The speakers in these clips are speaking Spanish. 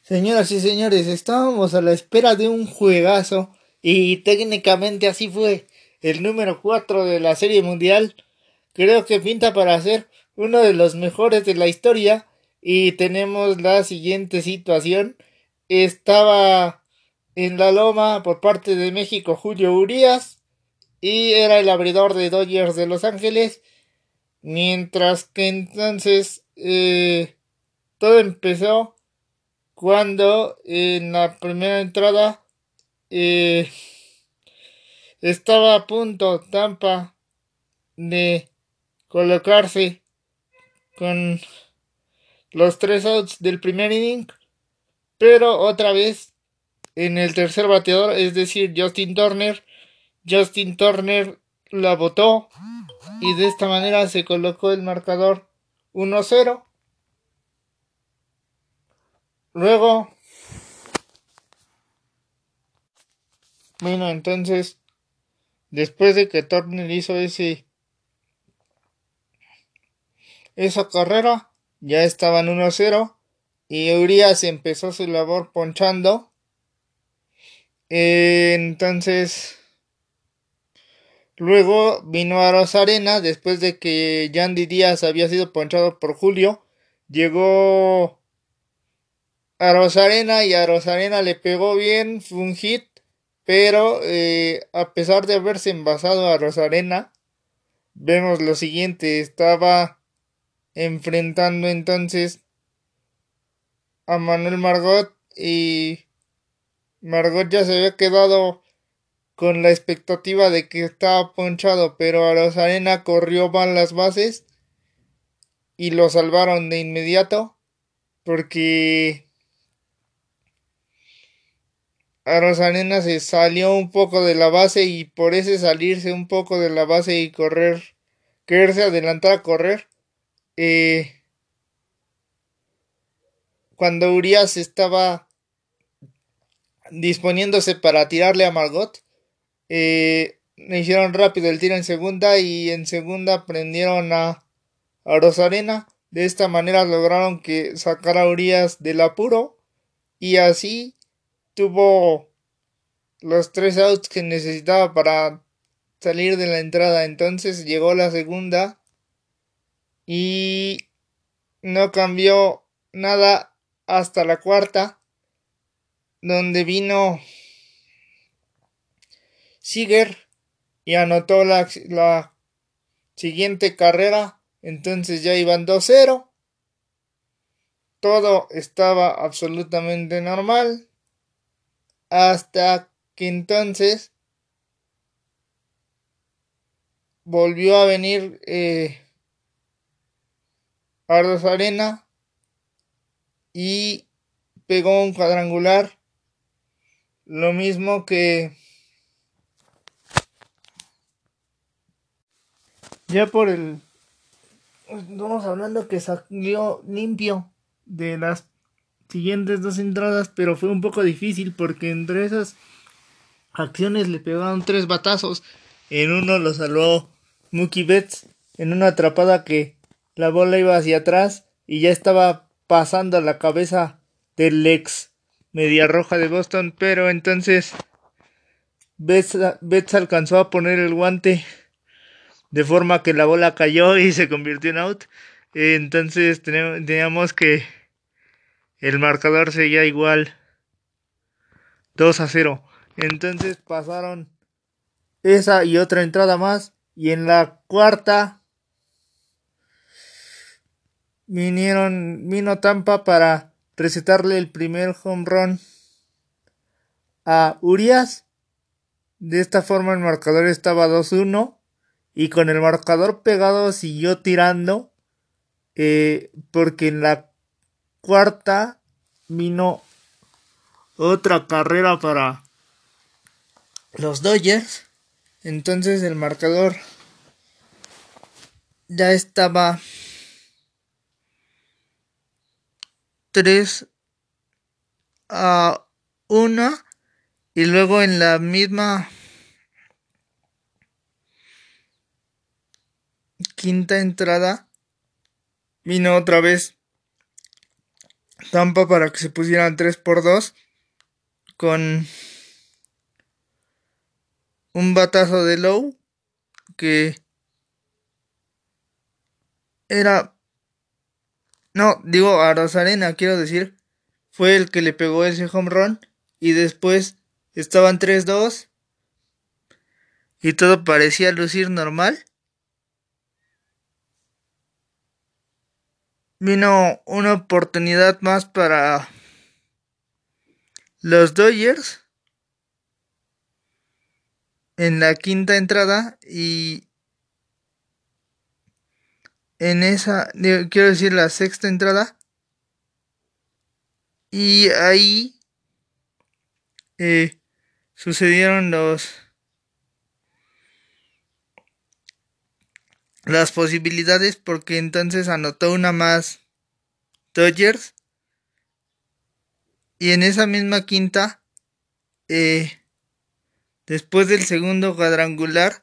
Señoras y señores, estábamos a la espera de un juegazo y técnicamente así fue. El número 4 de la Serie Mundial creo que pinta para ser uno de los mejores de la historia y tenemos la siguiente situación. Estaba en la loma por parte de México Julio Urias y era el abridor de Dodgers de Los Ángeles, mientras que entonces todo empezó cuando en la primera entrada eh, estaba a punto Tampa de colocarse con los 3 outs del primer inning, pero otra vez en el tercer bateador, es decir, Justin Turner la botó y de esta manera se colocó el marcador 1-0. Luego, bueno, entonces, después de que Turner hizo esa carrera, ya estaban 1-0 y Urias empezó su labor ponchando. Entonces, luego vino a Rosarena después de que Yandy Díaz había sido ponchado por Julio. Llegó a Rosarena y a Rosarena le pegó bien, fue un hit, pero a pesar de haberse envasado a Rosarena, vemos lo siguiente, estaba enfrentando entonces a Manuel Margot y Margot ya se había quedado con la expectativa de que estaba ponchado, pero a Rosarena corrió mal las bases y lo salvaron de inmediato porque a Rosarena se salió un poco de la base y por ese salirse un poco de la base y quererse adelantar a correr, eh, cuando Urias estaba disponiéndose para tirarle a Margot, le hicieron rápido el tiro en segunda y en segunda prendieron a Rosarena. De esta manera lograron que sacara a Urias del apuro y así tuvo los 3 outs que necesitaba para salir de la entrada. Entonces llegó la segunda y no cambió nada hasta la cuarta, donde vino Seager y anotó la siguiente carrera. Entonces ya iban 2-0. Todo estaba absolutamente normal. Hasta que entonces volvió a venir Ardos Arena y pegó un cuadrangular. Lo mismo que ya por el... Estamos hablando que salió limpio de las siguientes 2 entradas, pero fue un poco difícil porque entre esas acciones le pegaron 3 batazos. En uno lo salvó Mookie Betts en una atrapada que la bola iba hacia atrás y ya estaba pasando a la cabeza del ex media roja de Boston, pero entonces Betts alcanzó a poner el guante de forma que la bola cayó y se convirtió en out. Entonces teníamos que el marcador seguía igual, 2-0. Entonces pasaron esa y otra entrada más. Y en la cuarta vino Tampa para recetarle el primer home run a Urias. De esta forma el marcador estaba 2-1. Y con el marcador pegado siguió tirando. Porque en la cuarta vino otra carrera para los Dodgers. Entonces el marcador ya estaba 3-1. Y luego en la misma quinta entrada vino otra vez Tampa para que se pusieran 3-2 con un batazo de Lowe que era... No, digo a Rosarena, quiero decir, fue el que le pegó ese home run y después estaban 3-2 y todo parecía lucir normal. Vino una oportunidad más para los Dodgers en la quinta entrada y en esa, quiero decir la sexta entrada, y ahí sucedieron las posibilidades porque entonces anotó una más Dodgers y en esa misma quinta, después del segundo cuadrangular,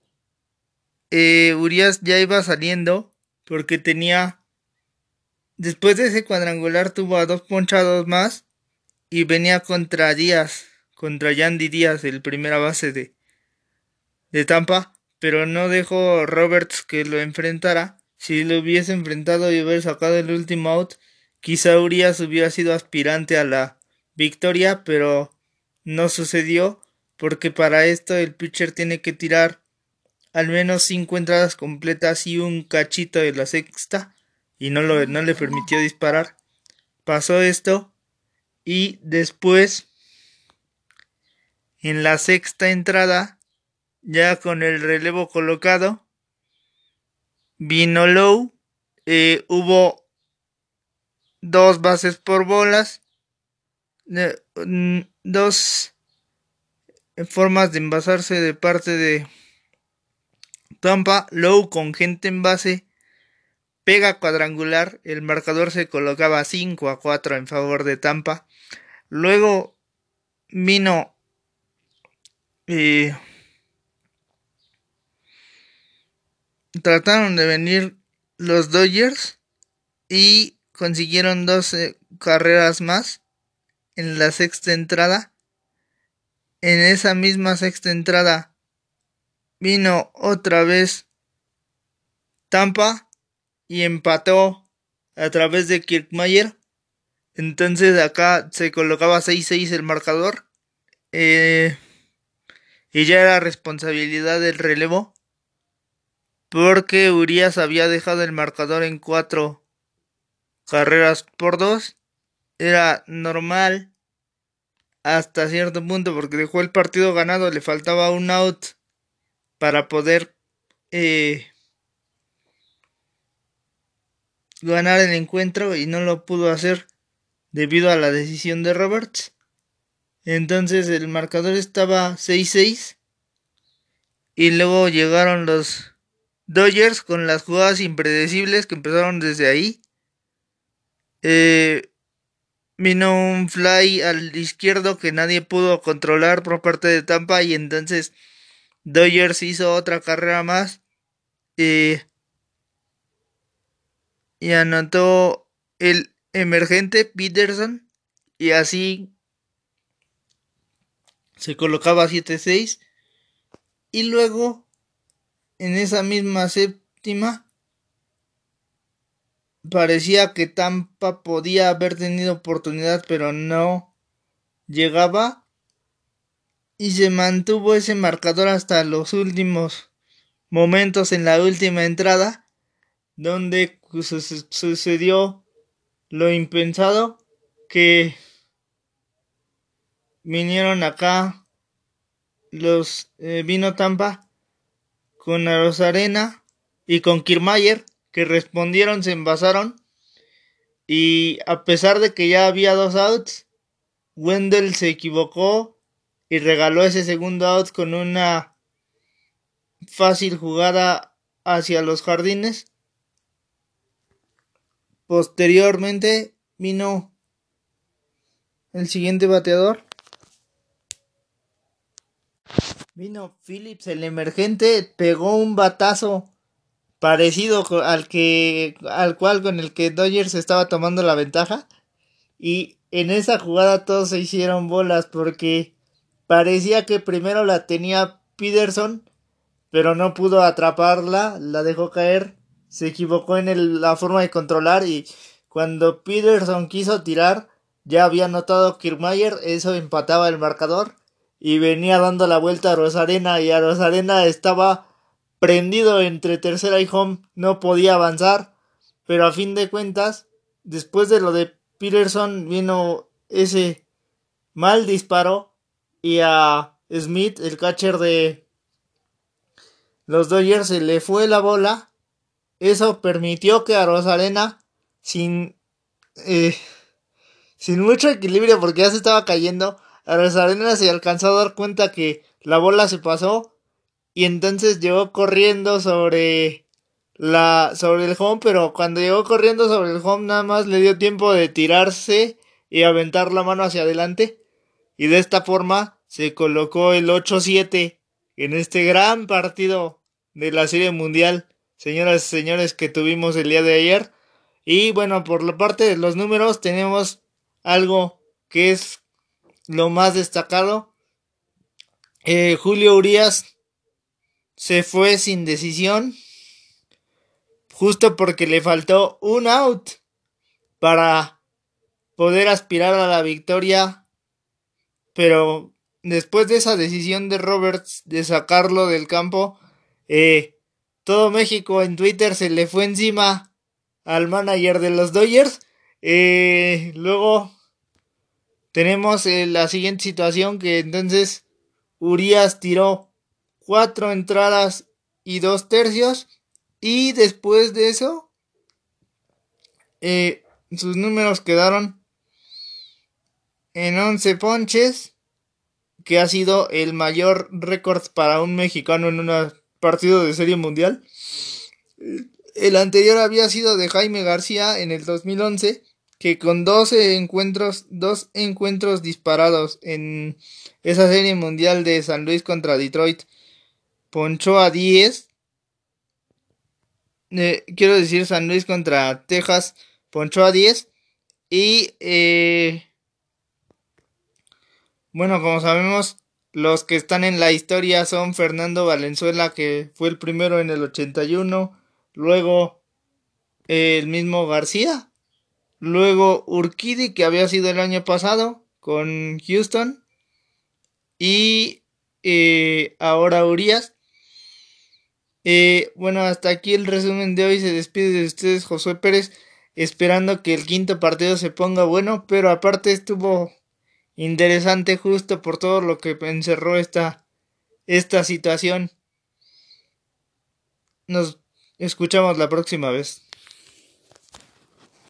Urias ya iba saliendo porque tenía, después de ese cuadrangular tuvo a 2 ponchados más y venía contra Díaz, contra Yandy Díaz, el primera base de Tampa, pero no dejó Roberts que lo enfrentara. Si lo hubiese enfrentado y hubiera sacado el último out, quizá Urias hubiera sido aspirante a la victoria, pero no sucedió porque para esto el pitcher tiene que tirar al menos 5 entradas completas y un cachito de la sexta y no le permitió disparar. Pasó esto y después en la sexta entrada, ya con el relevo colocado, vino Lowe. Hubo 2 bases por bolas, 2 formas de envasarse de parte de Tampa. Lowe con gente en base pega cuadrangular, el marcador se colocaba 5-4 en favor de Tampa. Luego vino trataron de venir los Dodgers y consiguieron 12 carreras más en la sexta entrada. En esa misma sexta entrada vino otra vez Tampa y empató a través de Kiermaier. Entonces acá se colocaba 6-6 el marcador. Y ya era responsabilidad del relevo porque Urias había dejado el marcador en 4-2. Era normal hasta cierto punto porque dejó el partido ganado, le faltaba un out para poder ganar el encuentro y no lo pudo hacer debido a la decisión de Roberts. Entonces el marcador estaba 6-6 y luego llegaron los Dodgers con las jugadas impredecibles que empezaron desde ahí. Vino un fly al izquierdo que nadie pudo controlar por parte de Tampa y entonces Dodgers hizo otra carrera más y anotó el emergente Peterson y así se colocaba 7-6 y luego en esa misma séptima parecía que Tampa podía haber tenido oportunidad pero no llegaba y se mantuvo ese marcador hasta los últimos momentos en la última entrada donde sucedió lo impensado que vinieron acá vino Tampa con Arozarena y con Kiermaier que respondieron, se envasaron y a pesar de que ya había 2 outs, Wendell se equivocó y regaló ese segundo out con una fácil jugada hacia los jardines. Posteriormente vino el siguiente bateador. Vino Phillips, el emergente, pegó un batazo parecido al cual con el que Dodgers estaba tomando la ventaja. y en esa jugada todos se hicieron bolas porque parecía que primero la tenía Peterson, pero no pudo atraparla, la dejó caer, se equivocó en la forma de controlar y cuando Peterson quiso tirar, ya había notado Kiermaier, eso empataba el marcador y venía dando la vuelta a Rosarena y a Rosarena estaba prendido entre tercera y home, no podía avanzar, pero a fin de cuentas, después de lo de Peterson vino ese mal disparo y a Smith, el catcher de los Dodgers, se le fue la bola. Eso permitió que a Rosarena, sin, eh, sin mucho equilibrio porque ya se estaba cayendo, a Rosarena se alcanzó a dar cuenta que la bola se pasó y entonces llegó corriendo sobre el home, pero cuando llegó corriendo sobre el home nada más le dio tiempo de tirarse y aventar la mano hacia adelante y de esta forma se colocó el 8-7 en este gran partido de la Serie Mundial, señoras y señores, que tuvimos el día de ayer. Y bueno, por la parte de los números tenemos algo que es lo más destacado. Julio Urias se fue sin decisión, justo porque le faltó un out para poder aspirar a la victoria, pero después de esa decisión de Roberts de sacarlo del campo, todo México en Twitter se le fue encima al manager de los Dodgers. Luego tenemos la siguiente situación, que entonces Urias tiró 4 entradas y 2 tercios y después de eso sus números quedaron en 11 ponches, que ha sido el mayor récord para un mexicano en un partido de Serie Mundial. El anterior había sido de Jaime García en el 2011, que con 2 encuentros disparados en esa Serie Mundial de San Luis contra Detroit, ponchó a 10. Quiero decir, San Luis contra Texas ponchó a 10. Y bueno, como sabemos, los que están en la historia son Fernando Valenzuela, que fue el primero en el 81, luego el mismo García, luego Urquidy, que había sido el año pasado con Houston, y ahora Urias. Bueno, hasta aquí el resumen de hoy. Se despide de ustedes Josué Pérez, esperando que el quinto partido se ponga bueno, pero aparte estuvo interesante justo por todo lo que encerró esta situación. Nos escuchamos la próxima vez.